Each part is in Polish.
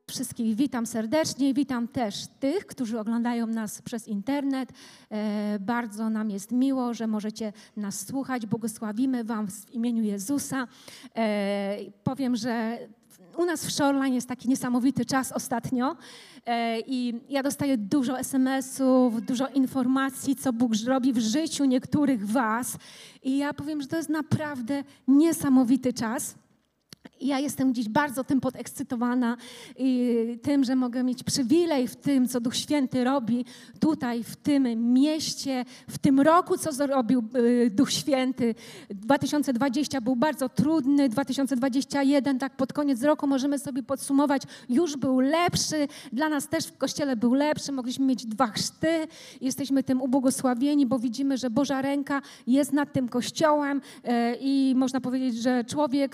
Wszystkich witam serdecznie. Witam też tych, którzy oglądają nas przez internet. Bardzo nam jest miło, że możecie nas słuchać. Błogosławimy Wam w imieniu Jezusa. Powiem, że u nas w Shoreline jest taki niesamowity czas ostatnio i ja dostaję dużo SMS-ów, dużo informacji, co Bóg robi w życiu niektórych Was. I ja powiem, że to jest naprawdę niesamowity czas. I ja jestem dziś bardzo tym podekscytowana i tym, że mogę mieć przywilej w tym, co Duch Święty robi tutaj, w tym mieście, w tym roku, co zrobił Duch Święty. 2020 był bardzo trudny, 2021, tak pod koniec roku możemy sobie podsumować, już był lepszy. Dla nas też w Kościele był lepszy, mogliśmy mieć 2 chrzty. Jesteśmy tym ubłogosławieni, bo widzimy, że Boża ręka jest nad tym Kościołem i można powiedzieć, że człowiek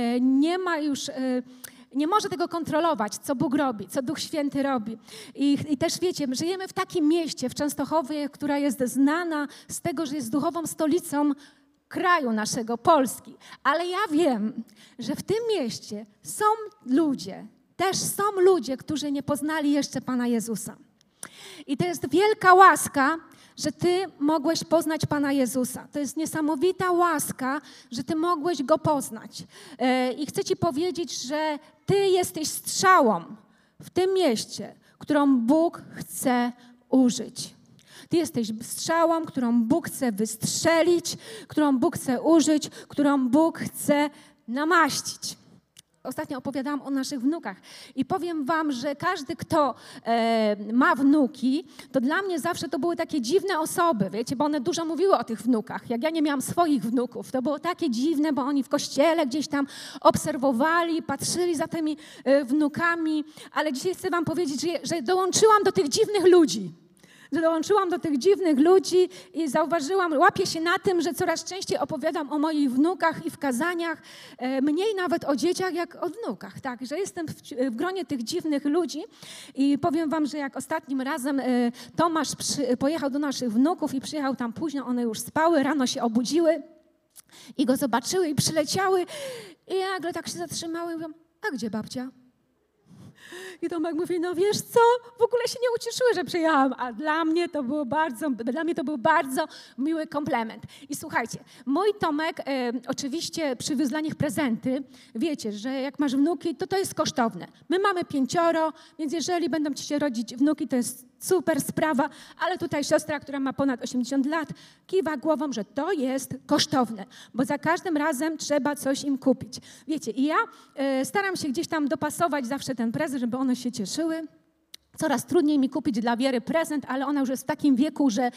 nie może tego kontrolować, co Bóg robi, co Duch Święty robi. I też wiecie, żyjemy w takim mieście, w Częstochowie, która jest znana z tego, że jest duchową stolicą kraju naszego, Polski. Ale ja wiem, że w tym mieście są ludzie, którzy nie poznali jeszcze Pana Jezusa. I to jest wielka łaska, że Ty mogłeś poznać Pana Jezusa. To jest niesamowita łaska, że Ty mogłeś Go poznać. I chcę Ci powiedzieć, że Ty jesteś strzałą w tym mieście, którą Bóg chce użyć. Ty jesteś strzałą, którą Bóg chce wystrzelić, którą Bóg chce użyć, którą Bóg chce namaścić. Ostatnio opowiadałam o naszych wnukach i powiem wam, że każdy, kto ma wnuki, to dla mnie zawsze to były takie dziwne osoby, wiecie, bo one dużo mówiły o tych wnukach. Jak ja nie miałam swoich wnuków, to było takie dziwne, bo oni w kościele gdzieś tam obserwowali, patrzyli za tymi wnukami, ale dzisiaj chcę wam powiedzieć, że dołączyłam do tych dziwnych ludzi. I zauważyłam, łapię się na tym, że coraz częściej opowiadam o moich wnukach i w kazaniach, mniej nawet o dzieciach, jak o wnukach. Tak, że jestem w gronie tych dziwnych ludzi i powiem wam, że jak ostatnim razem Tomasz pojechał do naszych wnuków i przyjechał tam późno, one już spały, rano się obudziły i go zobaczyły i przyleciały i nagle tak się zatrzymały i mówią, a gdzie babcia? I Tomek mówi, no wiesz co, w ogóle się nie ucieszyły, że przyjechałam, a dla mnie to był bardzo miły komplement. I słuchajcie, mój Tomek oczywiście przywiózł dla nich prezenty. Wiecie, że jak masz wnuki, to jest kosztowne. My mamy 5, więc jeżeli będą ci się rodzić wnuki, to jest super sprawa, ale tutaj siostra, która ma ponad 80 lat, kiwa głową, że to jest kosztowne, bo za każdym razem trzeba coś im kupić. Wiecie, i ja staram się gdzieś tam dopasować zawsze ten prezent, żeby one się cieszyły. Coraz trudniej mi kupić dla Wiery prezent, ale ona już jest w takim wieku, że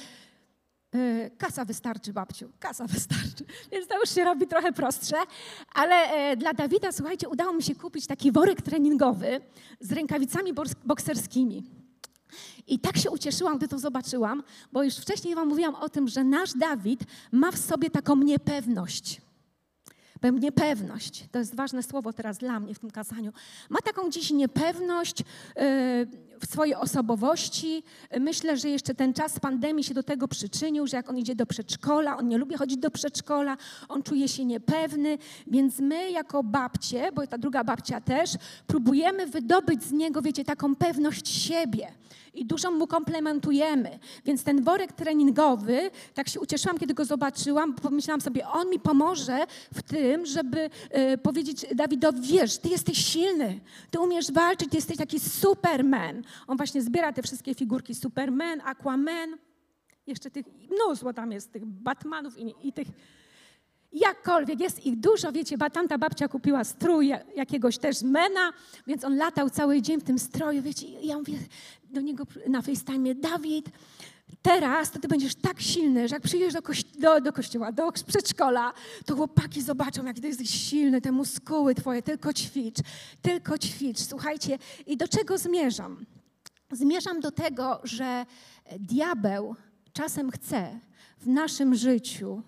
kasa wystarczy, babciu, kasa wystarczy. Więc to już się robi trochę prostsze. Ale dla Dawida, słuchajcie, udało mi się kupić taki worek treningowy z rękawicami bokserskimi. I tak się ucieszyłam, gdy to zobaczyłam, bo już wcześniej wam mówiłam o tym, że nasz Dawid ma w sobie taką niepewność. Niepewność, to jest ważne słowo teraz dla mnie w tym kazaniu. Ma taką dziś niepewność w swojej osobowości. Myślę, że jeszcze ten czas pandemii się do tego przyczynił, że jak on idzie do przedszkola, on nie lubi chodzić do przedszkola, on czuje się niepewny, więc my jako babcie, bo ta druga babcia też, próbujemy wydobyć z niego, wiecie, taką pewność siebie. I dużo mu komplementujemy. Więc ten worek treningowy, tak się ucieszyłam, kiedy go zobaczyłam, bo pomyślałam sobie, on mi pomoże w tym, żeby powiedzieć Dawidowi, wiesz, ty jesteś silny, ty umiesz walczyć, ty jesteś taki Superman. On właśnie zbiera te wszystkie figurki Superman, Aquaman, jeszcze tych mnóstwo tam jest, tych Batmanów i tych... Jakkolwiek, jest ich dużo, wiecie, tamta babcia kupiła strój jakiegoś też mena, więc on latał cały dzień w tym stroju, wiecie, i ja mówię do niego na FaceTime, Dawid, teraz to ty będziesz tak silny, że jak przyjdziesz do kościoła, do przedszkola, to chłopaki zobaczą, jak ty jesteś silny, te muskuły twoje, tylko ćwicz, słuchajcie. I do czego zmierzam? Zmierzam do tego, że diabeł czasem chce w naszym życiu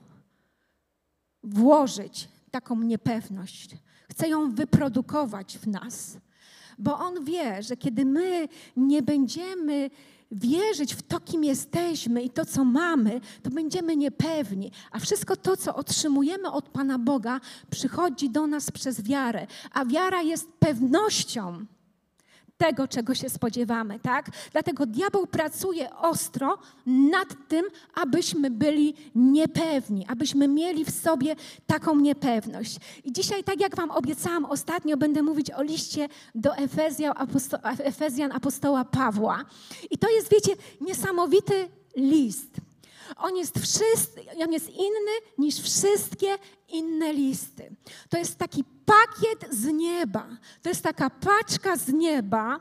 włożyć taką niepewność. Chce ją wyprodukować w nas, bo on wie, że kiedy my nie będziemy wierzyć w to, kim jesteśmy i to, co mamy, to będziemy niepewni. A wszystko to, co otrzymujemy od Pana Boga, przychodzi do nas przez wiarę. A wiara jest pewnością tego, czego się spodziewamy, tak? Dlatego diabeł pracuje ostro nad tym, abyśmy byli niepewni, abyśmy mieli w sobie taką niepewność. I dzisiaj, tak jak wam obiecałam ostatnio, będę mówić o liście do Efezjan apostoła Pawła. I to jest, wiecie, niesamowity list. On jest inny niż wszystkie inne listy. To jest taki pakiet z nieba. To jest taka paczka z nieba,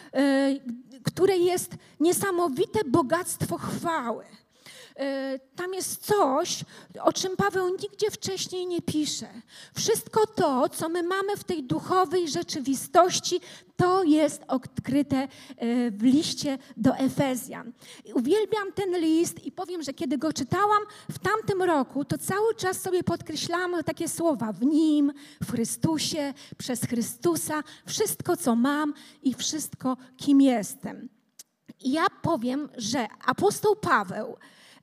której jest niesamowite bogactwo chwały. Tam jest coś, o czym Paweł nigdzie wcześniej nie pisze. Wszystko to, co my mamy w tej duchowej rzeczywistości, to jest odkryte w liście do Efezjan. Uwielbiam ten list i powiem, że kiedy go czytałam w tamtym roku, to cały czas sobie podkreślałam takie słowa: w Nim, w Chrystusie, przez Chrystusa, wszystko, co mam i wszystko, kim jestem. I ja powiem, że apostoł Paweł,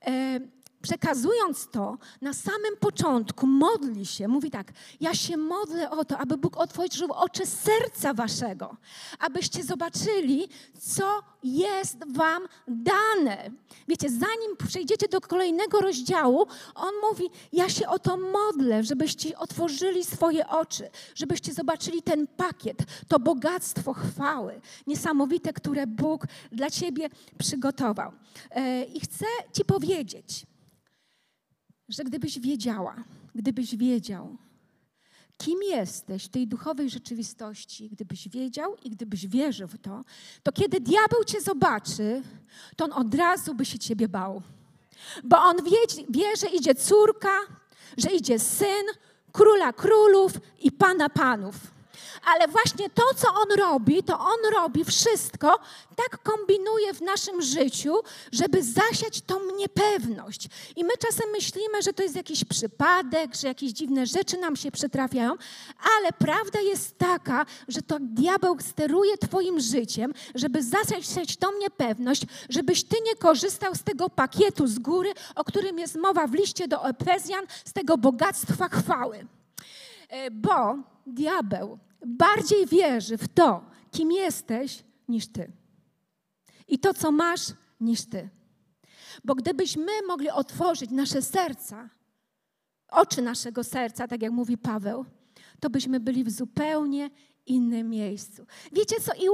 przekazując to, na samym początku modli się, mówi tak: ja się modlę o to, aby Bóg otworzył oczy serca waszego, abyście zobaczyli, co jest wam dane. Wiecie, zanim przejdziecie do kolejnego rozdziału, on mówi: ja się o to modlę, żebyście otworzyli swoje oczy, żebyście zobaczyli ten pakiet, to bogactwo chwały niesamowite, które Bóg dla ciebie przygotował. I chcę ci powiedzieć, że gdybyś wiedział, kim jesteś w tej duchowej rzeczywistości, gdybyś wiedział i gdybyś wierzył w to, to kiedy diabeł cię zobaczy, to on od razu by się ciebie bał. Bo on wie, że idzie córka, że idzie syn króla królów i pana panów. Ale właśnie to, co on robi, to on robi wszystko, tak kombinuje w naszym życiu, żeby zasiać tą niepewność. I my czasem myślimy, że to jest jakiś przypadek, że jakieś dziwne rzeczy nam się przytrafiają, ale prawda jest taka, że to diabeł steruje twoim życiem, żeby zasiać tą niepewność, żebyś ty nie korzystał z tego pakietu z góry, o którym jest mowa w liście do Efezjan, z tego bogactwa chwały. Bo diabeł bardziej wierzy w to, kim jesteś, niż ty. I to, co masz, niż ty. Bo gdybyśmy mogli otworzyć nasze serca, oczy naszego serca, tak jak mówi Paweł, to byśmy byli w zupełnie innym miejscu. Wiecie co? I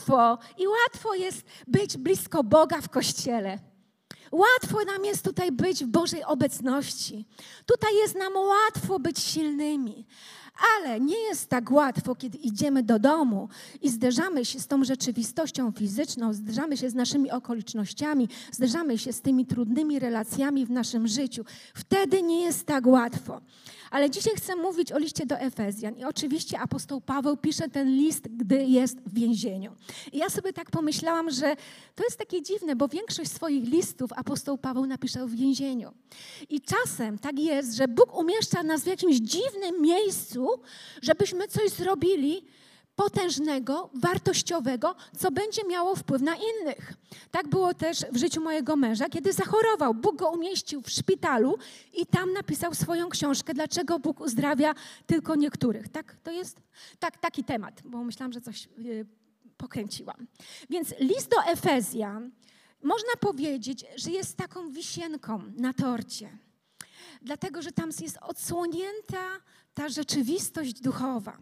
łatwo jest być blisko Boga w Kościele. Łatwo nam jest tutaj być w Bożej obecności. Tutaj jest nam łatwo być silnymi. Ale nie jest tak łatwo, kiedy idziemy do domu i zderzamy się z tą rzeczywistością fizyczną, zderzamy się z naszymi okolicznościami, zderzamy się z tymi trudnymi relacjami w naszym życiu. Wtedy nie jest tak łatwo. Ale dzisiaj chcę mówić o liście do Efezjan. I oczywiście apostoł Paweł pisze ten list, gdy jest w więzieniu. I ja sobie tak pomyślałam, że to jest takie dziwne, bo większość swoich listów apostoł Paweł napisał w więzieniu. I czasem tak jest, że Bóg umieszcza nas w jakimś dziwnym miejscu, żebyśmy coś zrobili potężnego, wartościowego, co będzie miało wpływ na innych. Tak było też w życiu mojego męża, kiedy zachorował. Bóg go umieścił w szpitalu i tam napisał swoją książkę, dlaczego Bóg uzdrawia tylko niektórych. Tak to jest? Tak, taki temat, bo myślałam, że coś pokręciłam. Więc list do Efezjan, można powiedzieć, że jest taką wisienką na torcie. Dlatego, że tam jest odsłonięta ta rzeczywistość duchowa.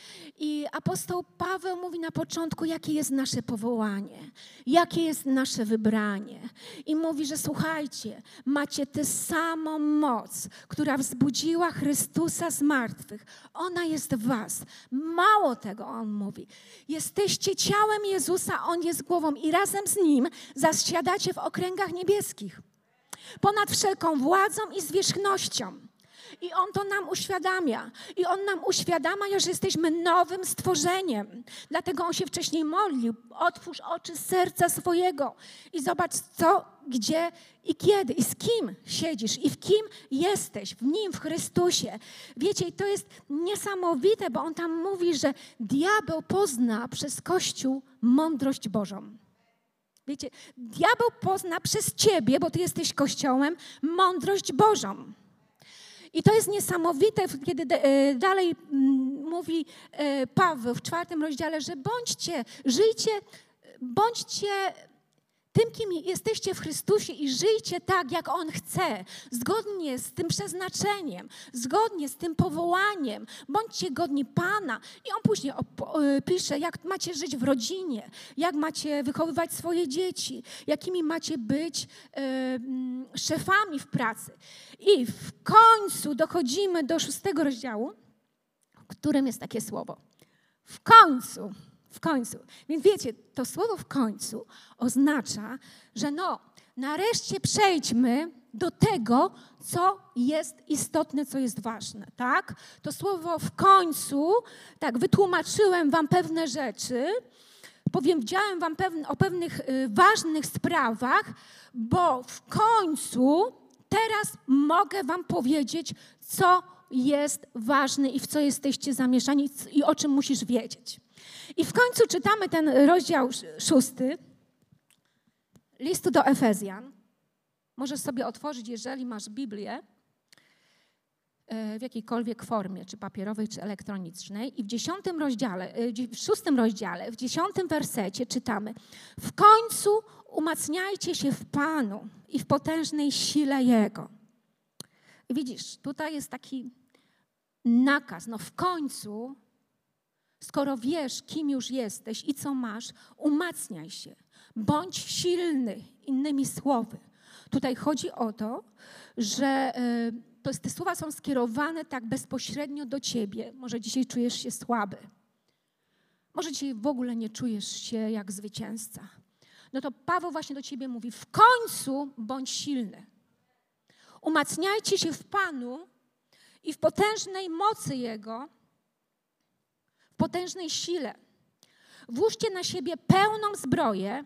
I apostoł Paweł mówi na początku, jakie jest nasze powołanie, jakie jest nasze wybranie. I mówi, że słuchajcie, macie tę samą moc, która wzbudziła Chrystusa z martwych. Ona jest w was. Mało tego, on mówi. Jesteście ciałem Jezusa, On jest głową i razem z Nim zasiadacie w okręgach niebieskich. Ponad wszelką władzą i zwierzchnością. I On to nam uświadamia. I On nam uświadamia, że jesteśmy nowym stworzeniem. Dlatego On się wcześniej modlił. Otwórz oczy serca swojego i zobacz co, gdzie i kiedy i z kim siedzisz i w kim jesteś. W Nim, w Chrystusie. Wiecie, i to jest niesamowite, bo On tam mówi, że diabeł pozna przez Kościół mądrość Bożą. Wiecie, diabeł pozna przez ciebie, bo ty jesteś Kościołem, mądrość Bożą. I to jest niesamowite, kiedy dalej mówi Paweł w 4 rozdziale, że bądźcie tym, kim jesteście w Chrystusie i żyjcie tak, jak On chce, zgodnie z tym przeznaczeniem, zgodnie z tym powołaniem. Bądźcie godni Pana. I on później pisze, jak macie żyć w rodzinie, jak macie wychowywać swoje dzieci, jakimi macie być szefami w pracy. I w końcu dochodzimy do 6 rozdziału, w którym jest takie słowo. W końcu. Więc wiecie, to słowo w końcu oznacza, że nareszcie przejdźmy do tego, co jest istotne, co jest ważne, tak? To słowo w końcu, tak, wytłumaczyłem wam pewne rzeczy, powiedziałem wam o pewnych ważnych sprawach, bo w końcu teraz mogę wam powiedzieć, co jest ważne i w co jesteście zamieszani i o czym musisz wiedzieć. I w końcu czytamy ten rozdział 6 listu do Efezjan. Możesz sobie otworzyć, jeżeli masz Biblię, w jakiejkolwiek formie, czy papierowej, czy elektronicznej. I w 6 rozdziale, w 10 wersecie czytamy: w końcu umacniajcie się w Panu i w potężnej sile Jego. I widzisz, tutaj jest taki nakaz, w końcu, skoro wiesz, kim już jesteś i co masz, umacniaj się, bądź silny, innymi słowy. Tutaj chodzi o to, że te słowa są skierowane tak bezpośrednio do ciebie. Może dzisiaj czujesz się słaby. Może dzisiaj w ogóle nie czujesz się jak zwycięzca. No to Paweł właśnie do ciebie mówi: w końcu bądź silny. Umacniajcie się w Panu i w potężnej mocy Jego, w potężnej sile. Włóżcie na siebie pełną zbroję.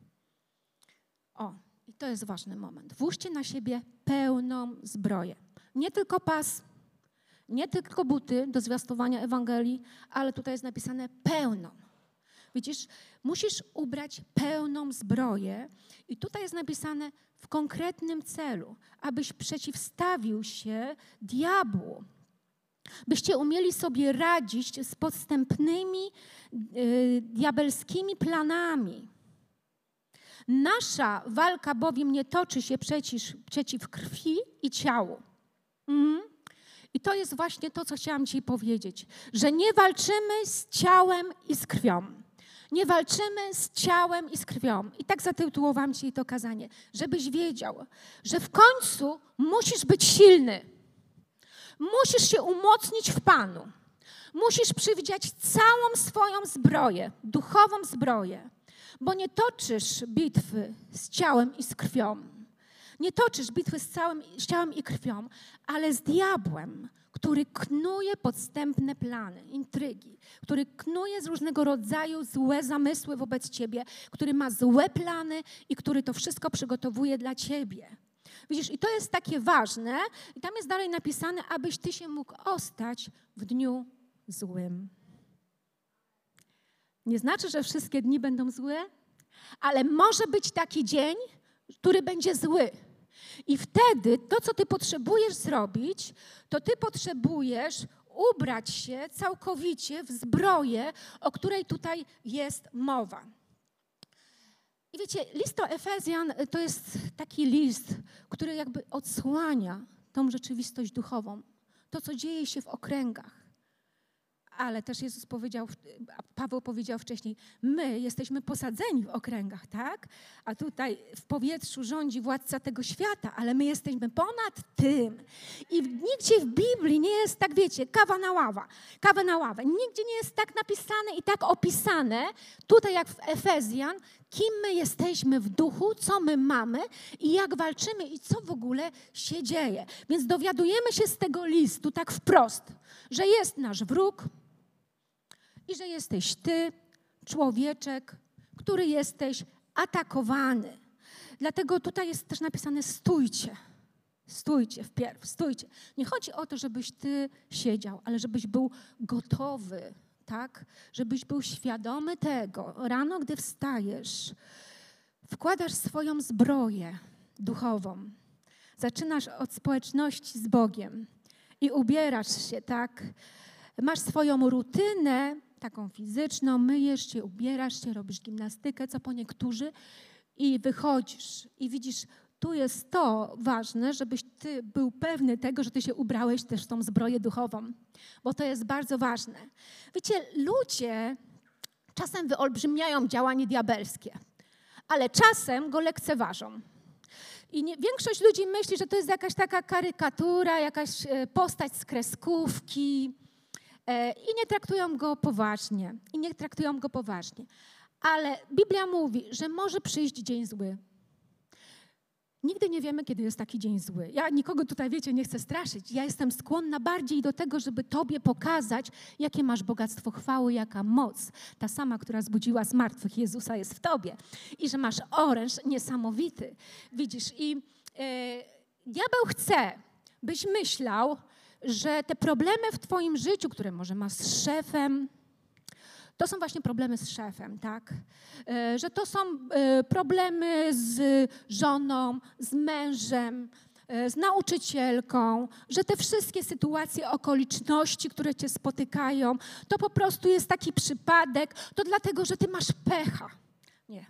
I to jest ważny moment. Włóżcie na siebie pełną zbroję. Nie tylko pas, nie tylko buty do zwiastowania Ewangelii, ale tutaj jest napisane pełną. Widzisz, musisz ubrać pełną zbroję i tutaj jest napisane w konkretnym celu, abyś przeciwstawił się diabłu. Byście umieli sobie radzić z podstępnymi diabelskimi planami. Nasza walka bowiem nie toczy się przeciw krwi i ciału. I to jest właśnie to, co chciałam Ci powiedzieć, że nie walczymy z ciałem i z krwią. Nie walczymy z ciałem i z krwią. I tak zatytułowałam Ci to kazanie, żebyś wiedział, że w końcu musisz być silny. Musisz się umocnić w Panu. Musisz przywdziać całą swoją zbroję, duchową zbroję, bo nie toczysz bitwy z ciałem i z krwią. Nie toczysz bitwy z ciałem i krwią, ale z diabłem, który knuje podstępne plany, intrygi, który knuje z różnego rodzaju złe zamysły wobec ciebie, który ma złe plany i który to wszystko przygotowuje dla ciebie. Widzisz, i to jest takie ważne, i tam jest dalej napisane, abyś ty się mógł ostać w dniu złym. Nie znaczy, że wszystkie dni będą złe, ale może być taki dzień, który będzie zły. I wtedy to, co ty potrzebujesz zrobić, to ty potrzebujesz ubrać się całkowicie w zbroję, o której tutaj jest mowa. I wiecie, list do Efezjan to jest taki list, który jakby odsłania tą rzeczywistość duchową, to, co dzieje się w okręgach. Ale też Paweł powiedział wcześniej, my jesteśmy posadzeni w okręgach, tak? A tutaj w powietrzu rządzi władca tego świata, ale my jesteśmy ponad tym. I nigdzie w Biblii nie jest tak, wiecie, kawę na ławę. Nigdzie nie jest tak napisane i tak opisane, tutaj jak w Efezjan, kim my jesteśmy w duchu, co my mamy i jak walczymy i co w ogóle się dzieje. Więc dowiadujemy się z tego listu tak wprost, że jest nasz wróg, i że jesteś ty, człowieczek, który jesteś atakowany. Dlatego tutaj jest też napisane stójcie. Stójcie wpierw, stójcie. Nie chodzi o to, żebyś ty siedział, ale żebyś był gotowy, tak? Żebyś był świadomy tego. Rano, gdy wstajesz, wkładasz swoją zbroję duchową. Zaczynasz od społeczności z Bogiem i ubierasz się, tak? masz swoją rutynę, taką fizyczną, myjesz się, ubierasz się, robisz gimnastykę, co po niektórzy i wychodzisz i widzisz, tu jest to ważne, żebyś ty był pewny tego, że ty się ubrałeś też w tą zbroję duchową, bo to jest bardzo ważne. Wiecie, ludzie czasem wyolbrzymiają działanie diabelskie, ale czasem go lekceważą. I większość ludzi myśli, że to jest jakaś taka karykatura, jakaś postać z kreskówki i nie traktują go poważnie. Ale Biblia mówi, że może przyjść dzień zły. Nigdy nie wiemy, kiedy jest taki dzień zły. Ja nikogo tutaj, wiecie, nie chcę straszyć. Ja jestem skłonna bardziej do tego, żeby tobie pokazać, jakie masz bogactwo chwały, jaka moc. Ta sama, która zbudziła z martwych Jezusa, jest w tobie. I że masz oręż niesamowity. Widzisz, i diabeł chce, byś myślał, że te problemy w twoim życiu, które może masz z szefem, to są właśnie problemy z szefem, tak? Że to są problemy z żoną, z mężem, z nauczycielką, że te wszystkie sytuacje, okoliczności, które cię spotykają, to po prostu jest taki przypadek, to dlatego, że ty masz pecha. Nie.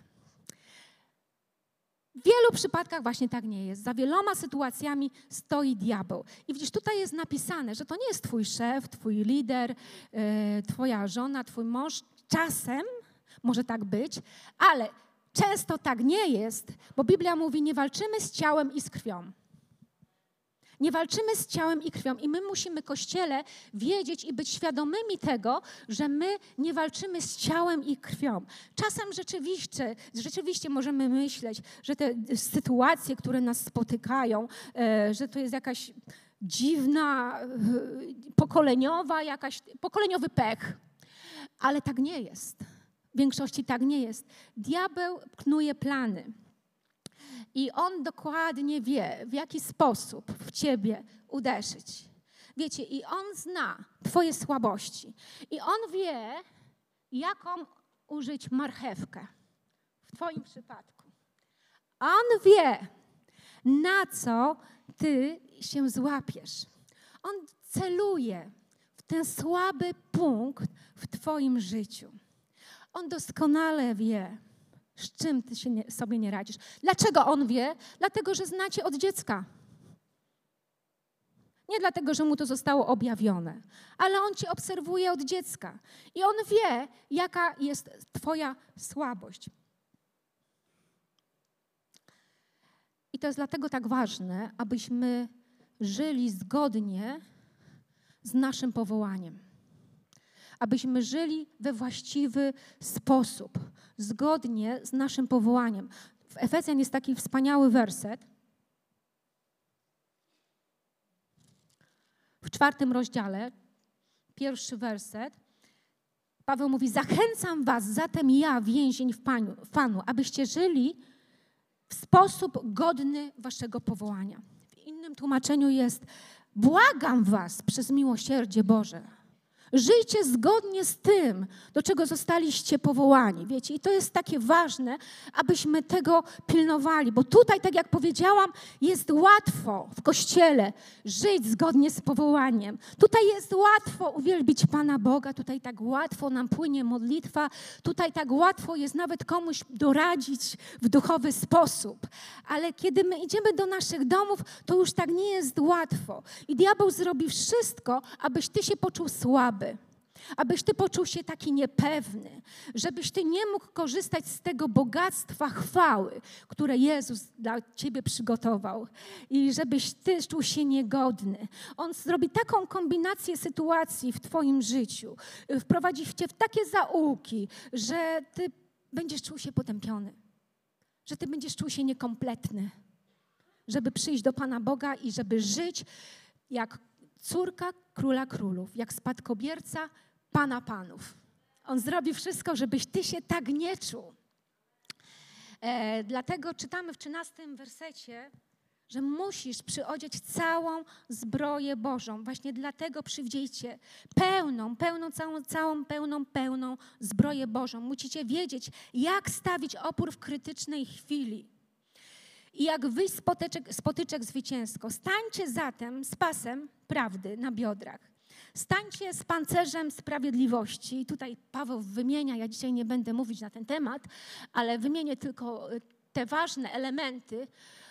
W wielu przypadkach właśnie tak nie jest. Za wieloma sytuacjami stoi diabeł. I widzisz, tutaj jest napisane, że to nie jest twój szef, twój lider, twoja żona, twój mąż. Czasem może tak być, ale często tak nie jest, bo Biblia mówi, nie walczymy z ciałem i z krwią. Nie walczymy z ciałem i krwią i my musimy, Kościele, wiedzieć i być świadomymi tego, że my nie walczymy z ciałem i krwią. Czasem rzeczywiście możemy myśleć, że te sytuacje, które nas spotykają, że to jest jakaś dziwna, pokoleniowy pech. Ale tak nie jest. W większości tak nie jest. Diabeł knuje plany. I on dokładnie wie, w jaki sposób w ciebie uderzyć. Wiecie, i on zna twoje słabości. I on wie, jaką użyć marchewkę w twoim przypadku. On wie, na co ty się złapiesz. On celuje w ten słaby punkt w twoim życiu. On doskonale wie, z czym ty sobie nie radzisz. Dlaczego on wie? Dlatego, że zna cię od dziecka. Nie dlatego, że mu to zostało objawione, ale on cię obserwuje od dziecka. I on wie, jaka jest twoja słabość. I to jest dlatego tak ważne, abyśmy żyli zgodnie z naszym powołaniem. Abyśmy żyli we właściwy sposób, zgodnie z naszym powołaniem. W Efezjan jest taki wspaniały werset. W 4 rozdziale, 1 werset, Paweł mówi, zachęcam was zatem ja, więzień w Panu, abyście żyli w sposób godny waszego powołania. W innym tłumaczeniu jest, błagam was przez miłosierdzie Boże. Żyjcie zgodnie z tym, do czego zostaliście powołani, wiecie. I to jest takie ważne, abyśmy tego pilnowali, bo tutaj, tak jak powiedziałam, jest łatwo w Kościele żyć zgodnie z powołaniem. Tutaj jest łatwo uwielbić Pana Boga, tutaj tak łatwo nam płynie modlitwa, tutaj tak łatwo jest nawet komuś doradzić w duchowy sposób. Ale kiedy my idziemy do naszych domów, to już tak nie jest łatwo. I diabeł zrobi wszystko, abyś ty się poczuł słaby. Abyś ty poczuł się taki niepewny, żebyś ty nie mógł korzystać z tego bogactwa chwały, które Jezus dla ciebie przygotował i żebyś ty czuł się niegodny. On zrobi taką kombinację sytuacji w twoim życiu, wprowadzi cię w takie zaułki, że ty będziesz czuł się potępiony, że ty będziesz czuł się niekompletny, żeby przyjść do Pana Boga i żeby żyć jak córka Króla Królów, jak spadkobierca Pana Panów. On zrobi wszystko, żebyś ty się tak nie czuł. Dlatego czytamy w 13 wersecie, że musisz przyodzieć całą zbroję Bożą. Właśnie dlatego przywdziejcie pełną zbroję Bożą. Musicie wiedzieć, jak stawić opór w krytycznej chwili i jak wyjść z potyczek zwycięsko. Stańcie zatem z pasem prawdy na biodrach, Stańcie z pancerzem sprawiedliwości. I tutaj Paweł wymienia, ja dzisiaj nie będę mówić na ten temat, ale wymienię tylko te ważne elementy.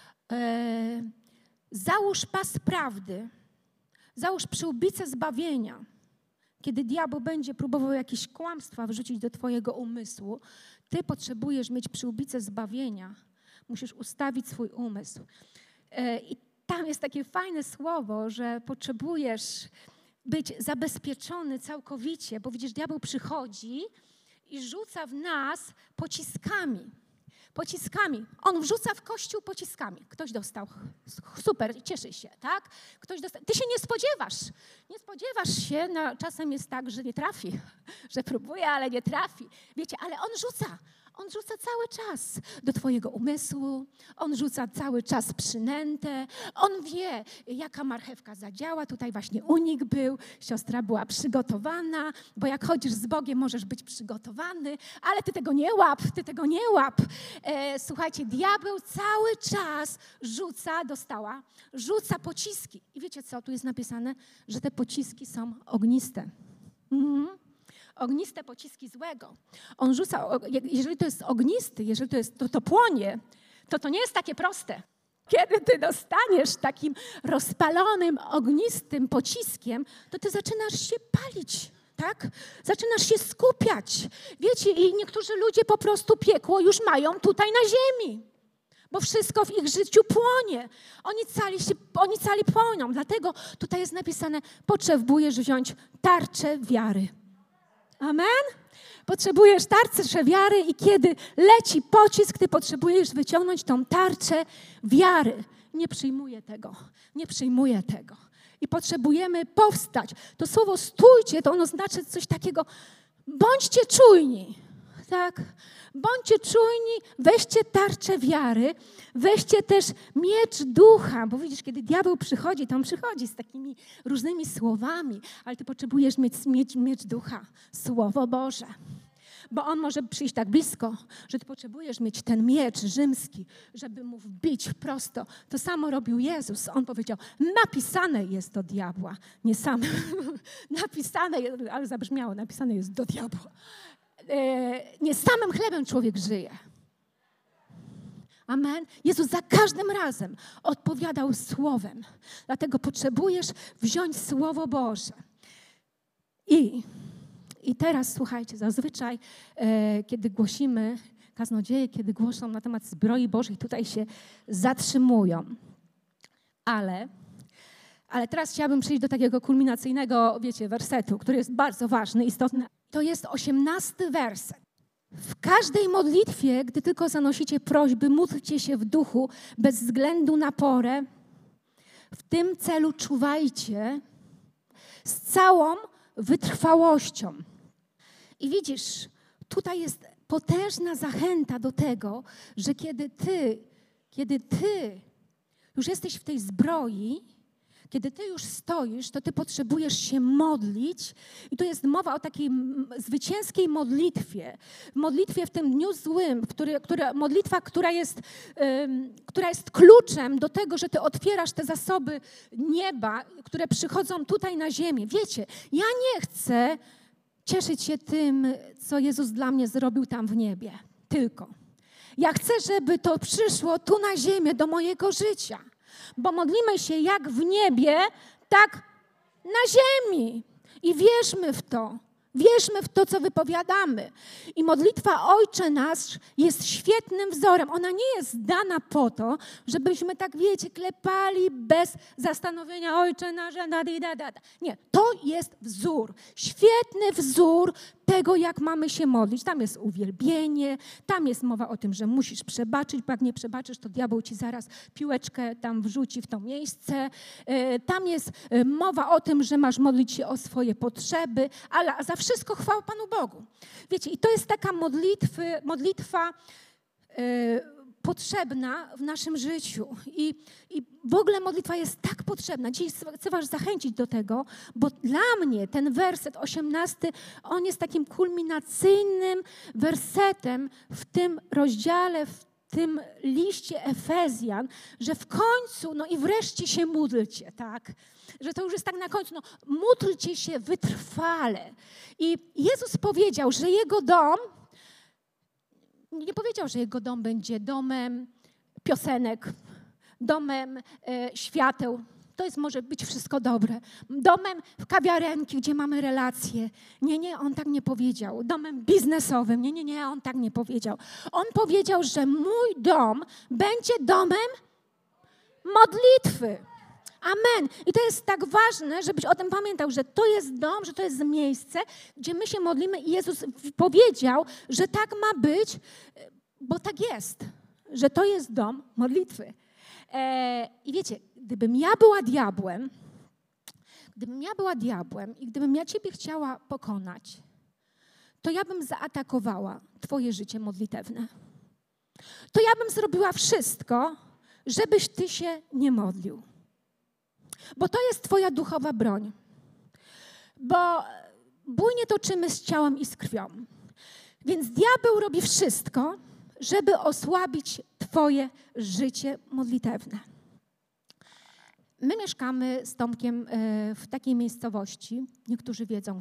Załóż pas prawdy, załóż przyłbicę zbawienia. Kiedy diabeł będzie próbował jakieś kłamstwa wrzucić do twojego umysłu, ty potrzebujesz mieć przyłbicę zbawienia. Musisz ustawić swój umysł. I tam jest takie fajne słowo, że potrzebujesz być zabezpieczony całkowicie, bo widzisz, diabeł przychodzi i rzuca w nas pociskami. On wrzuca w Kościół pociskami. Ktoś dostał. Super, cieszy się, tak? Ktoś dostał. Ty się nie spodziewasz. Nie spodziewasz się, czasem jest tak, że nie trafi, że próbuje, ale nie trafi. Wiecie, ale on rzuca. On rzuca cały czas do twojego umysłu, on rzuca cały czas przynętę, on wie, jaka marchewka zadziała. Tutaj właśnie unik był, siostra była przygotowana, bo jak chodzisz z Bogiem, możesz być przygotowany, ale ty tego nie łap. Słuchajcie, diabeł cały czas rzuca pociski. I wiecie co, tu jest napisane, że te pociski są ogniste. Ogniste pociski złego. On rzuca, jeżeli to jest ognisty, jeżeli to płonie, to nie jest takie proste. Kiedy ty dostaniesz takim rozpalonym, ognistym pociskiem, to ty zaczynasz się palić, tak? Zaczynasz się skupiać. Wiecie, i niektórzy ludzie po prostu piekło już mają tutaj na ziemi, bo wszystko w ich życiu płonie. Oni cali płoną. Dlatego tutaj jest napisane, potrzebujesz wziąć tarczę wiary. Amen? Potrzebujesz tarczę wiary i kiedy leci pocisk, ty potrzebujesz wyciągnąć tą tarczę wiary. Nie przyjmuję tego. I potrzebujemy powstać. To słowo stójcie, to ono znaczy coś takiego, bądźcie czujni. Tak? Bądźcie czujni, weźcie tarczę wiary, weźcie też miecz ducha, bo widzisz, kiedy diabeł przychodzi, to on przychodzi z takimi różnymi słowami, ale ty potrzebujesz mieć miecz ducha, Słowo Boże. Bo on może przyjść tak blisko, że ty potrzebujesz mieć ten miecz rzymski, żeby mu wbić prosto. To samo robił Jezus. On powiedział, napisane jest do diabła, nie sam. Napisane jest, ale zabrzmiało, napisane jest do diabła. Nie samym chlebem człowiek żyje. Amen. Jezus za każdym razem odpowiadał słowem. Dlatego potrzebujesz wziąć Słowo Boże. I teraz słuchajcie, zazwyczaj kiedy głosimy, kaznodzieje, kiedy głoszą na temat zbroi Bożej, tutaj się zatrzymują. Ale teraz chciałabym przejść do takiego kulminacyjnego, wersetu, który jest bardzo ważny, istotny. To jest 18 werset. W każdej modlitwie, gdy tylko zanosicie prośby, módlcie się w duchu, bez względu na porę. W tym celu czuwajcie z całą wytrwałością. I widzisz, tutaj jest potężna zachęta do tego, że kiedy ty już jesteś w tej zbroi, kiedy ty już stoisz, to ty potrzebujesz się modlić i tu jest mowa o takiej zwycięskiej modlitwie. Modlitwie w tym dniu złym, modlitwa, która jest kluczem do tego, że ty otwierasz te zasoby nieba, które przychodzą tutaj na ziemię. Wiecie, ja nie chcę cieszyć się tym, co Jezus dla mnie zrobił tam w niebie, tylko. Ja chcę, żeby to przyszło tu na ziemię, do mojego życia. Bo modlimy się jak w niebie, tak na ziemi. I wierzmy w to. Wierzmy w to, co wypowiadamy. I modlitwa Ojcze nasz jest świetnym wzorem. Ona nie jest dana po to, żebyśmy tak, klepali bez zastanowienia Ojcze nasz. Nie, to jest wzór. Świetny wzór tego, jak mamy się modlić. Tam jest uwielbienie, tam jest mowa o tym, że musisz przebaczyć, bo jak nie przebaczysz, to diabeł ci zaraz piłeczkę tam wrzuci w to miejsce. Tam jest mowa o tym, że masz modlić się o swoje potrzeby, ale za wszystko chwała Panu Bogu. Wiecie, i to jest taka modlitwa potrzebna w naszym życiu. I w ogóle modlitwa jest tak potrzebna. Dziś chcę was zachęcić do tego, bo dla mnie ten werset 18, on jest takim kulminacyjnym wersetem w tym rozdziale, w tym liście Efezjan, że w końcu, no i wreszcie się módlcie, tak? Że to już jest tak na końcu, no módlcie się wytrwale. I Jezus powiedział, że Jego dom, nie powiedział, że Jego dom będzie domem piosenek, domem świateł. Może być wszystko dobre. Domem w kawiarenki, gdzie mamy relacje. Nie, on tak nie powiedział. Domem biznesowym. Nie, on tak nie powiedział. On powiedział, że mój dom będzie domem modlitwy. Amen. I to jest tak ważne, żebyś o tym pamiętał, że to jest dom, że to jest miejsce, gdzie my się modlimy i Jezus powiedział, że tak ma być, bo tak jest, że to jest dom modlitwy. I wiecie, gdybym ja była diabłem i gdybym ja Ciebie chciała pokonać, to ja bym zaatakowała Twoje życie modlitewne. To ja bym zrobiła wszystko, żebyś Ty się nie modlił. Bo to jest Twoja duchowa broń. Bo bój nie toczymy z ciałem i z krwią. Więc diabeł robi wszystko, żeby osłabić Twoje życie modlitewne. My mieszkamy z Tomkiem w takiej miejscowości, niektórzy wiedzą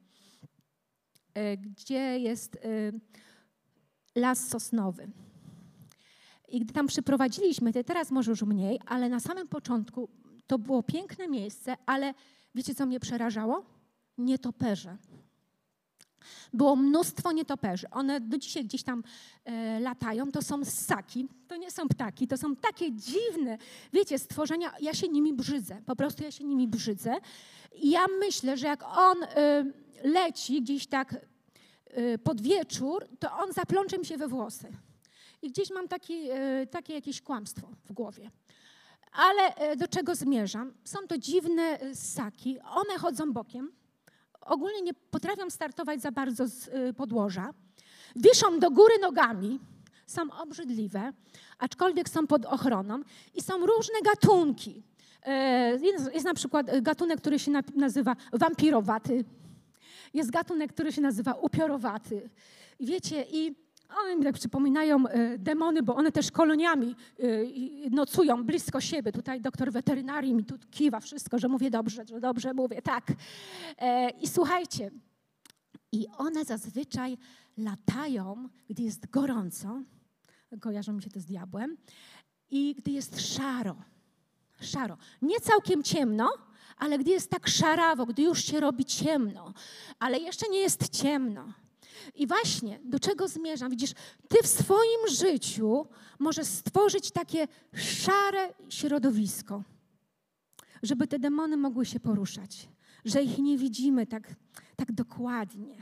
gdzie jest las sosnowy. I gdy tam przyprowadziliśmy, to teraz może już mniej, ale na samym początku to było piękne miejsce, ale wiecie, co mnie przerażało? Nietoperze. Było mnóstwo nietoperzy. One do dzisiaj gdzieś tam latają. To są ssaki, to nie są ptaki. To są takie dziwne, wiecie, stworzenia. Ja się nimi brzydzę. Po prostu ja się nimi brzydzę. I ja myślę, że jak on leci gdzieś tak pod wieczór, to on zaplącze mi się we włosy. I gdzieś mam takie jakieś kłamstwo w głowie. Ale do czego zmierzam? Są to dziwne ssaki. One chodzą bokiem. Ogólnie nie potrafią startować za bardzo z podłoża. Wiszą do góry nogami. Są obrzydliwe, aczkolwiek są pod ochroną. I są różne gatunki. Jest na przykład gatunek, który się nazywa wampirowaty. Jest gatunek, który się nazywa upiorowaty. Wiecie, i one mi tak przypominają demony, bo one też koloniami nocują blisko siebie. Tutaj doktor weterynarii mi tu kiwa wszystko, że mówię dobrze, że dobrze mówię, tak. I słuchajcie, i one zazwyczaj latają, gdy jest gorąco, kojarzą mi się to z diabłem, i gdy jest szaro. Nie całkiem ciemno, ale gdy jest tak szarawo, gdy już się robi ciemno, ale jeszcze nie jest ciemno. I właśnie, do czego zmierzam? Widzisz, ty w swoim życiu możesz stworzyć takie szare środowisko, żeby te demony mogły się poruszać, że ich nie widzimy tak dokładnie.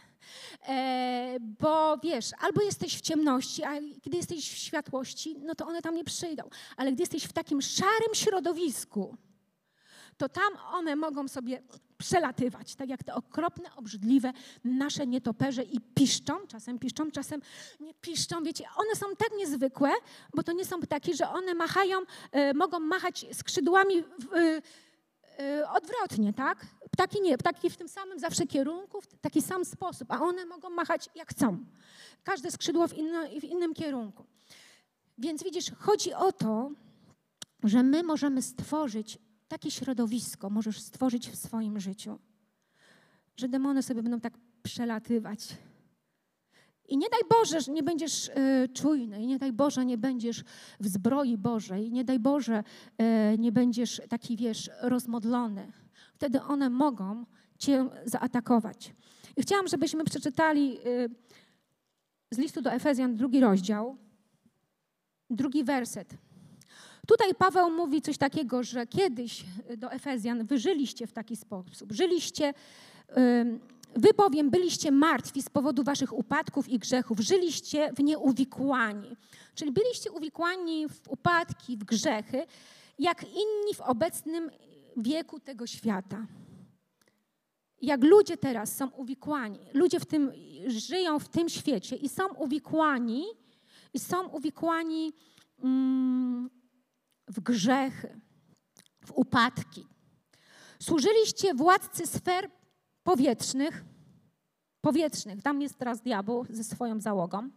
Bo wiesz, albo jesteś w ciemności, a kiedy jesteś w światłości, no to one tam nie przyjdą. Ale gdy jesteś w takim szarym środowisku, to tam one mogą sobie przelatywać, tak jak te okropne, obrzydliwe nasze nietoperze i piszczą, czasem nie piszczą, wiecie, one są tak niezwykłe, bo to nie są ptaki, że one mogą machać skrzydłami odwrotnie, tak? Ptaki nie, ptaki w tym samym zawsze kierunku, w taki sam sposób, a one mogą machać jak chcą. Każde skrzydło w innym kierunku. Więc widzisz, chodzi o to, że my możemy stworzyć takie środowisko, możesz stworzyć w swoim życiu, że demony sobie będą tak przelatywać. I nie daj Boże, że nie będziesz czujny, i nie daj Boże, nie będziesz w zbroi Bożej, i nie daj Boże, nie będziesz taki, wiesz, rozmodlony. Wtedy one mogą cię zaatakować. I chciałam, żebyśmy przeczytali z listu do Efezjan 2 rozdział, 2 werset. Tutaj Paweł mówi coś takiego, że kiedyś do Efezjan wy żyliście w taki sposób. Wy bowiem byliście martwi z powodu waszych upadków i grzechów. Żyliście w nie uwikłani. Czyli byliście uwikłani w upadki, w grzechy, jak inni w obecnym wieku tego świata. Jak ludzie teraz są uwikłani. Ludzie żyją w tym świecie i są uwikłani w grzechy, w upadki. Służyliście władcy sfer powietrznych, powietrznych, tam jest teraz diabeł ze swoją załogą,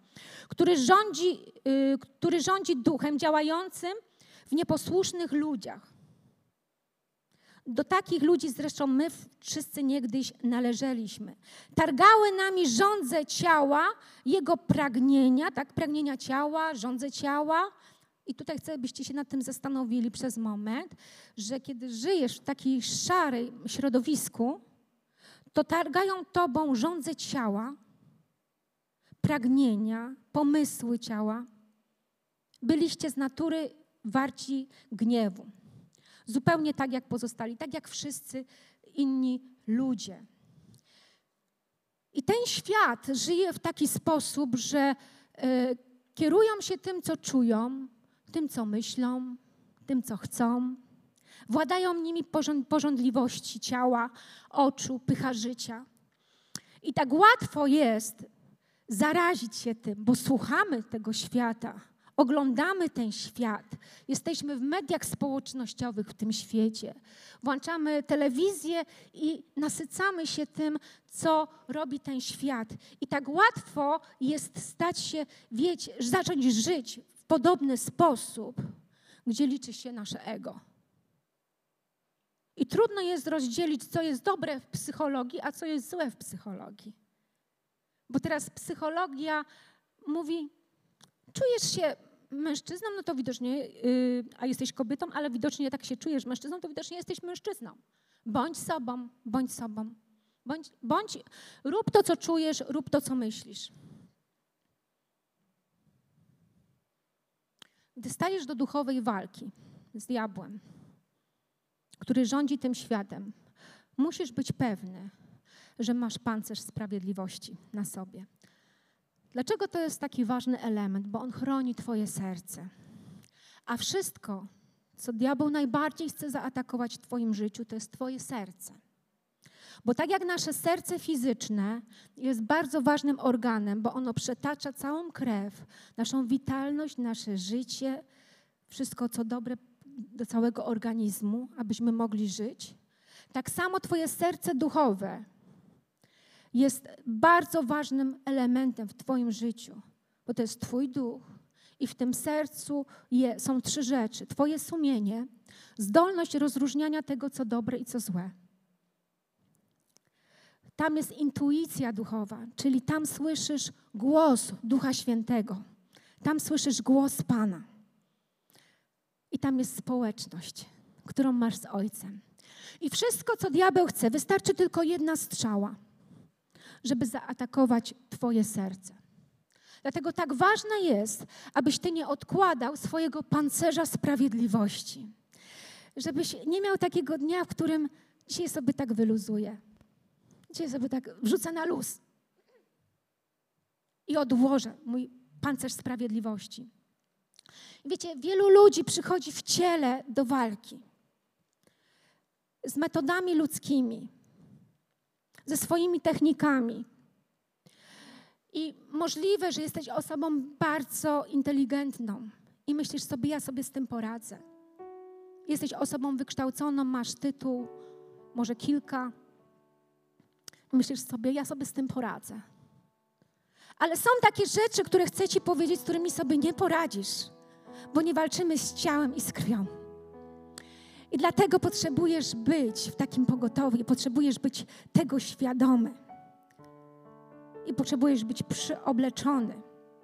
który rządzi duchem działającym w nieposłusznych ludziach. Do takich ludzi zresztą my wszyscy niegdyś należeliśmy. Targały nami żądze ciała, jego pragnienia, tak, pragnienia ciała, żądze ciała. I tutaj chcę, byście się nad tym zastanowili przez moment, że kiedy żyjesz w takiej szarej środowisku, to targają tobą żądze ciała, pragnienia, pomysły ciała. Byliście z natury warci gniewu. Zupełnie tak jak pozostali, tak jak wszyscy inni ludzie. I ten świat żyje w taki sposób, że kierują się tym, co czują, tym, co myślą, tym, co chcą. Władają nimi pożądliwości ciała, oczu, pycha życia. I tak łatwo jest zarazić się tym, bo słuchamy tego świata, oglądamy ten świat, jesteśmy w mediach społecznościowych w tym świecie. Włączamy telewizję i nasycamy się tym, co robi ten świat. I tak łatwo jest stać się, zacząć żyć w podobny sposób, gdzie liczy się nasze ego. I trudno jest rozdzielić, co jest dobre w psychologii, a co jest złe w psychologii. Bo teraz psychologia mówi, czujesz się mężczyzną, no to widocznie, a jesteś kobietą, ale widocznie tak się czujesz mężczyzną, to widocznie jesteś mężczyzną. Bądź sobą, bądź sobą. Rób to, co czujesz, rób to, co myślisz. Gdy stajesz do duchowej walki z diabłem, który rządzi tym światem, musisz być pewny, że masz pancerz sprawiedliwości na sobie. Dlaczego to jest taki ważny element? Bo on chroni twoje serce. A wszystko, co diabeł najbardziej chce zaatakować w twoim życiu, to jest twoje serce. Bo tak jak nasze serce fizyczne jest bardzo ważnym organem, bo ono przetacza całą krew, naszą witalność, nasze życie, wszystko co dobre do całego organizmu, abyśmy mogli żyć. Tak samo twoje serce duchowe jest bardzo ważnym elementem w twoim życiu, bo to jest twój duch i w tym sercu są 3 rzeczy. Twoje sumienie, zdolność rozróżniania tego, co dobre i co złe. Tam jest intuicja duchowa, czyli tam słyszysz głos Ducha Świętego. Tam słyszysz głos Pana. I tam jest społeczność, którą masz z Ojcem. I wszystko, co diabeł chce, wystarczy tylko jedna strzała, żeby zaatakować twoje serce. Dlatego tak ważne jest, abyś ty nie odkładał swojego pancerza sprawiedliwości. Żebyś nie miał takiego dnia, w którym dzisiaj sobie tak wyluzuję. Dzisiaj sobie tak wrzucę na luz i odłożę mój pancerz sprawiedliwości. Wiecie, wielu ludzi przychodzi w ciele do walki z metodami ludzkimi, ze swoimi technikami. I możliwe, że jesteś osobą bardzo inteligentną i myślisz sobie, ja sobie z tym poradzę. Jesteś osobą wykształconą, masz tytuł, może kilka. I myślisz sobie, ja sobie z tym poradzę. Ale są takie rzeczy, które chcę ci powiedzieć, z którymi sobie nie poradzisz, bo nie walczymy z ciałem i z krwią. I dlatego potrzebujesz być w takim pogotowiu, potrzebujesz być tego świadomy. I potrzebujesz być przyobleczony.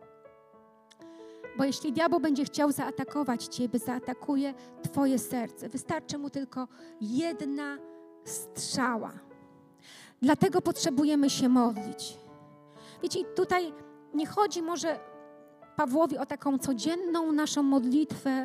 Bo jeśli diabeł będzie chciał zaatakować ciebie, zaatakuje twoje serce. Wystarczy mu tylko jedna strzała. Dlatego potrzebujemy się modlić. Wiecie, tutaj nie chodzi może Pawłowi o taką codzienną naszą modlitwę,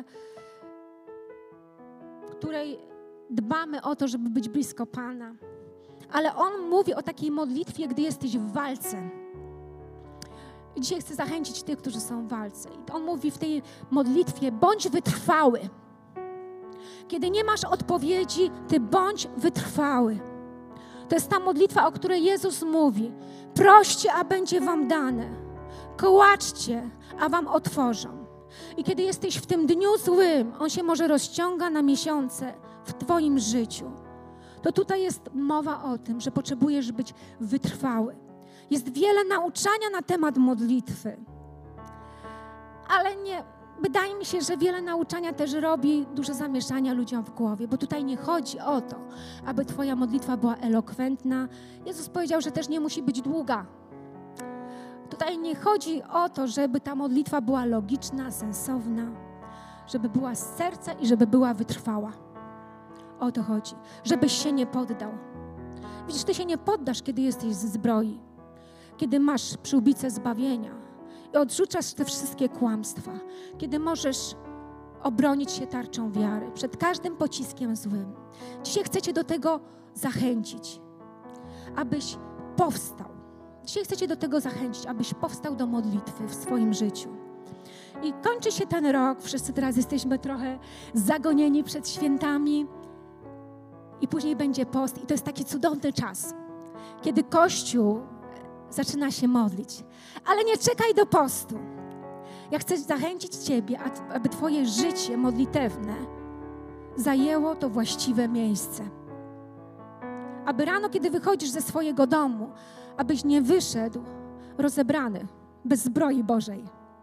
w której dbamy o to, żeby być blisko Pana. Ale on mówi o takiej modlitwie, gdy jesteś w walce. I dzisiaj chcę zachęcić tych, którzy są w walce. I on mówi w tej modlitwie, bądź wytrwały. Kiedy nie masz odpowiedzi, ty bądź wytrwały. To jest ta modlitwa, o której Jezus mówi. Proście, a będzie wam dane. Kołaczcie, a wam otworzą. I kiedy jesteś w tym dniu złym, on się może rozciąga na miesiące w twoim życiu. To tutaj jest mowa o tym, że potrzebujesz być wytrwały. Jest wiele nauczania na temat modlitwy. Ale nie, wydaje mi się, że wiele nauczania też robi duże zamieszania ludziom w głowie, bo tutaj nie chodzi o to, aby twoja modlitwa była elokwentna. Jezus powiedział, że też nie musi być długa. Tutaj nie chodzi o to, żeby ta modlitwa była logiczna, sensowna, żeby była z serca i żeby była wytrwała. O to chodzi, żebyś się nie poddał. Widzisz, ty się nie poddasz, kiedy jesteś ze zbroi, kiedy masz przyłbicę zbawienia i odrzucasz te wszystkie kłamstwa, kiedy możesz obronić się tarczą wiary przed każdym pociskiem złym. Dzisiaj chcę cię do tego zachęcić, abyś powstał. Dzisiaj chcę cię do tego zachęcić, abyś powstał do modlitwy w swoim życiu. I kończy się ten rok, wszyscy teraz jesteśmy trochę zagonieni przed świętami i później będzie post i to jest taki cudowny czas, kiedy Kościół zaczyna się modlić. Ale nie czekaj do postu. Ja chcę zachęcić ciebie, aby twoje życie modlitewne zajęło to właściwe miejsce. Aby rano, kiedy wychodzisz ze swojego domu, abyś nie wyszedł rozebrany, bez zbroi Bożej,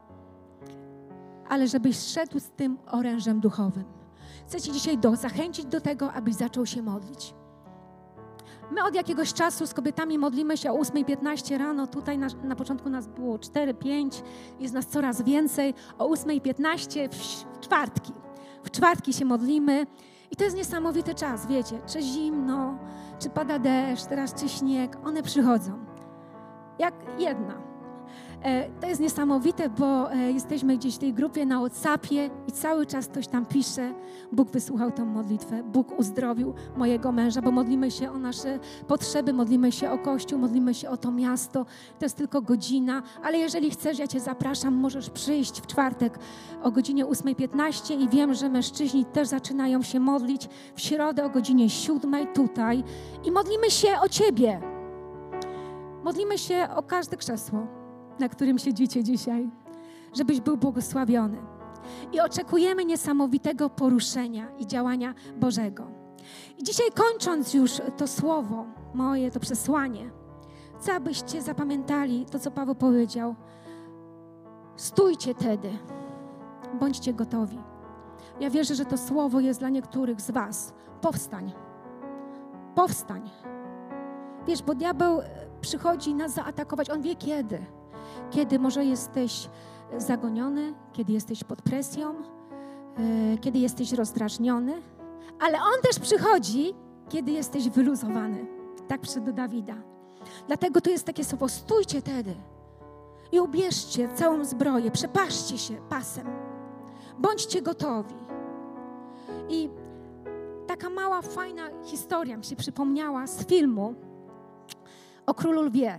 ale żebyś szedł z tym orężem duchowym. Chcę cię dzisiaj zachęcić do tego, abyś zaczął się modlić. My od jakiegoś czasu z kobietami modlimy się o 8:15 rano. Tutaj na początku nas było 4-5, jest nas coraz więcej. O 8:15 w czwartki. W czwartki się modlimy i to jest niesamowity czas, wiecie, czy zimno, czy pada deszcz, teraz czy śnieg, one przychodzą. Jak jedna. To jest niesamowite, bo jesteśmy gdzieś w tej grupie na WhatsAppie i cały czas ktoś tam pisze, Bóg wysłuchał tę modlitwę, Bóg uzdrowił mojego męża, bo modlimy się o nasze potrzeby, modlimy się o Kościół, modlimy się o to miasto. To jest tylko godzina, ale jeżeli chcesz, ja cię zapraszam, możesz przyjść w czwartek o godzinie 8:15 i wiem, że mężczyźni też zaczynają się modlić w środę o godzinie 7 tutaj i modlimy się o ciebie. Modlimy się o każde krzesło, na którym siedzicie dzisiaj, żebyś był błogosławiony. I oczekujemy niesamowitego poruszenia i działania Bożego. I dzisiaj kończąc już to słowo moje, to przesłanie, chcę, abyście zapamiętali to, co Paweł powiedział. Stójcie tedy, bądźcie gotowi. Ja wierzę, że to słowo jest dla niektórych z was. Powstań. Powstań. Wiesz, bo diabeł przychodzi nas zaatakować. On wie kiedy. Kiedy może jesteś zagoniony, kiedy jesteś pod presją, kiedy jesteś rozdrażniony, ale on też przychodzi, kiedy jesteś wyluzowany. Tak przyszedł do Dawida. Dlatego to jest takie słowo, stójcie tedy i ubierzcie całą zbroję, przepaszcie się pasem, bądźcie gotowi. I taka mała, fajna historia mi się przypomniała z filmu o Królu Lwie.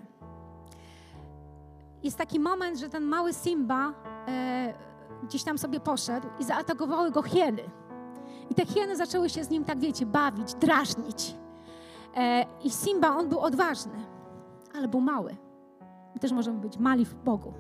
Jest taki moment, że ten mały Simba gdzieś tam sobie poszedł i zaatakowały go hieny. I te hieny zaczęły się z nim, tak wiecie, bawić, drażnić. I Simba, on był odważny, ale był mały. My też możemy być mali w Bogu.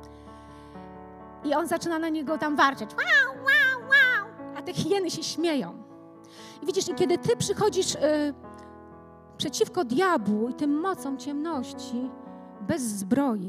I on zaczyna na niego tam warczeć. Wow, wow, wow. A te hieny się śmieją. I widzisz, i kiedy ty przychodzisz przeciwko diabłu i tym mocom ciemności, bez zbroi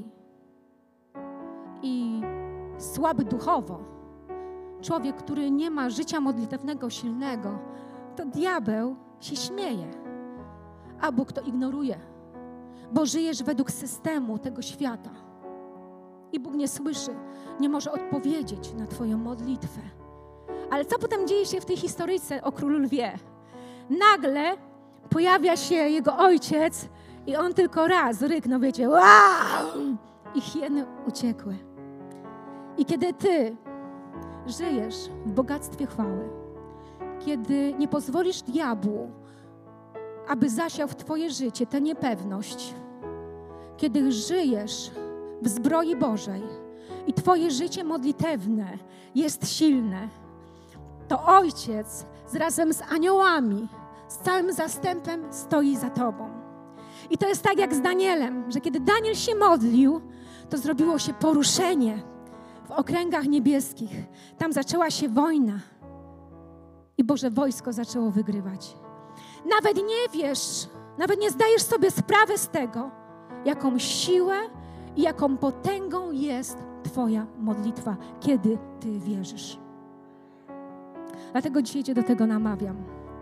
i słaby duchowo, człowiek, który nie ma życia modlitewnego silnego, to diabeł się śmieje, a Bóg to ignoruje, bo żyjesz według systemu tego świata i Bóg nie słyszy, nie może odpowiedzieć na twoją modlitwę. Ale co potem dzieje się w tej historyjce o Królu Lwie? Nagle pojawia się jego ojciec i on tylko raz ryknął, wiecie, wow! I hieny uciekły. I kiedy ty żyjesz w bogactwie chwały, kiedy nie pozwolisz diabłu, aby zasiał w twoje życie tę niepewność, kiedy żyjesz w zbroi Bożej i twoje życie modlitewne jest silne, to Ojciec razem z aniołami, z całym zastępem stoi za tobą. I to jest tak jak z Danielem, że kiedy Daniel się modlił, to zrobiło się poruszenie w okręgach niebieskich. Tam zaczęła się wojna i Boże wojsko zaczęło wygrywać. Nawet nie wiesz, nawet nie zdajesz sobie sprawy z tego, jaką siłę i jaką potęgą jest Twoja modlitwa, kiedy Ty wierzysz. Dlatego dzisiaj Cię do tego namawiam.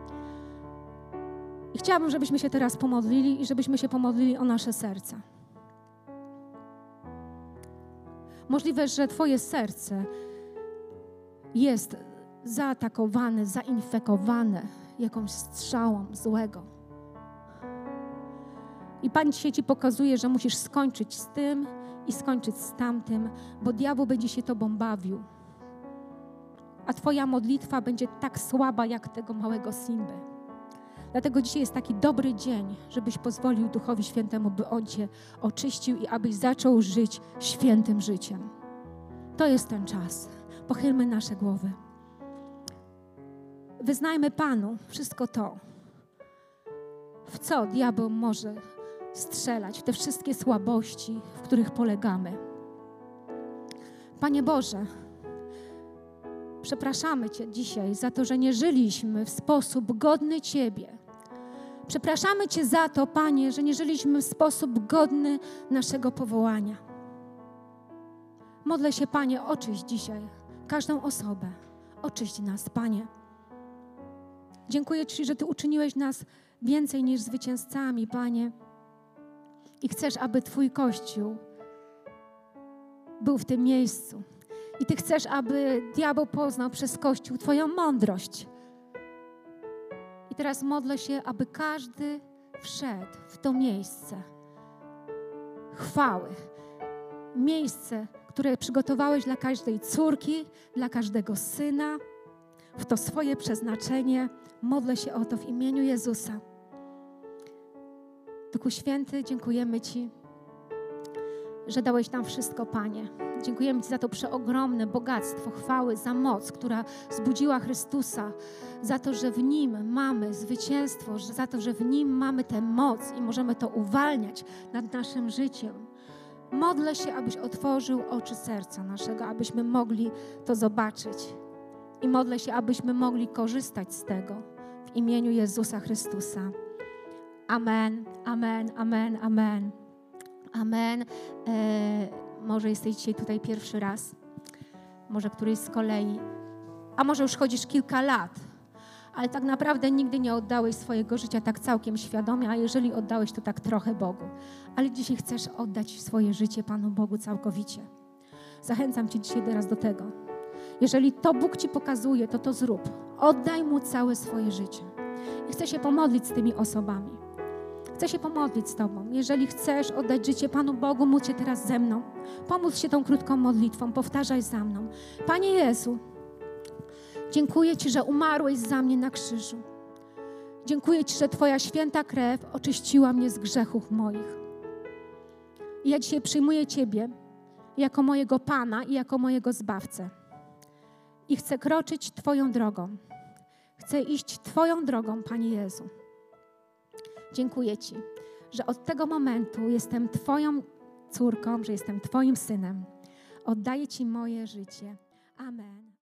I chciałabym, żebyśmy się teraz pomodlili i żebyśmy się pomodlili o nasze serca. Możliwe, że Twoje serce jest zaatakowane, zainfekowane jakąś strzałą złego. I Pan dzisiaj Ci pokazuje, że musisz skończyć z tym i skończyć z tamtym, bo diabeł będzie się Tobą bawił. A Twoja modlitwa będzie tak słaba, jak tego małego Simby. Dlatego dzisiaj jest taki dobry dzień, żebyś pozwolił Duchowi Świętemu, by On Cię oczyścił i abyś zaczął żyć świętym życiem. To jest ten czas. Pochylmy nasze głowy. Wyznajmy Panu wszystko to, w co diabeł może strzelać, w te wszystkie słabości, w których polegamy. Panie Boże, przepraszamy Cię dzisiaj za to, że nie żyliśmy w sposób godny Ciebie. Przepraszamy Cię za to, Panie, że nie żyliśmy w sposób godny naszego powołania. Modlę się, Panie, oczyść dzisiaj każdą osobę. Oczyść nas, Panie. Dziękuję Ci, że Ty uczyniłeś nas więcej niż zwycięzcami, Panie. I chcesz, aby Twój Kościół był w tym miejscu. I Ty chcesz, aby diabeł poznał przez Kościół Twoją mądrość. I teraz modlę się, aby każdy wszedł w to miejsce chwały. Miejsce, które przygotowałeś dla każdej córki, dla każdego syna, w to swoje przeznaczenie. Modlę się o to w imieniu Jezusa. Duchu Święty, dziękujemy Ci, że dałeś nam wszystko, Panie. Dziękujemy Ci za to przeogromne bogactwo chwały, za moc, która zbudziła Chrystusa, za to, że w Nim mamy zwycięstwo, za to, że w Nim mamy tę moc i możemy to uwalniać nad naszym życiem. Modlę się, abyś otworzył oczy serca naszego, abyśmy mogli to zobaczyć. I modlę się, abyśmy mogli korzystać z tego w imieniu Jezusa Chrystusa. Amen, amen, amen, amen. Amen. Może jesteś dzisiaj tutaj pierwszy raz, może któryś z kolei, a może już chodzisz kilka lat, ale tak naprawdę nigdy nie oddałeś swojego życia tak całkiem świadomie, a jeżeli oddałeś, to tak trochę Bogu. Ale dzisiaj chcesz oddać swoje życie Panu Bogu całkowicie. Zachęcam Cię dzisiaj teraz do tego. Jeżeli to Bóg Ci pokazuje, to zrób. Oddaj Mu całe swoje życie. I chcę się pomodlić z tymi osobami. Chcę się pomodlić z Tobą. Jeżeli chcesz oddać życie Panu Bogu, módl się teraz ze mną. Pomódl się tą krótką modlitwą. Powtarzaj za mną. Panie Jezu, dziękuję Ci, że umarłeś za mnie na krzyżu. Dziękuję Ci, że Twoja święta krew oczyściła mnie z grzechów moich. I ja dzisiaj przyjmuję Ciebie jako mojego Pana i jako mojego Zbawcę. I chcę kroczyć Twoją drogą. Chcę iść Twoją drogą, Panie Jezu. Dziękuję Ci, że od tego momentu jestem Twoją córką, że jestem Twoim synem. Oddaję Ci moje życie. Amen.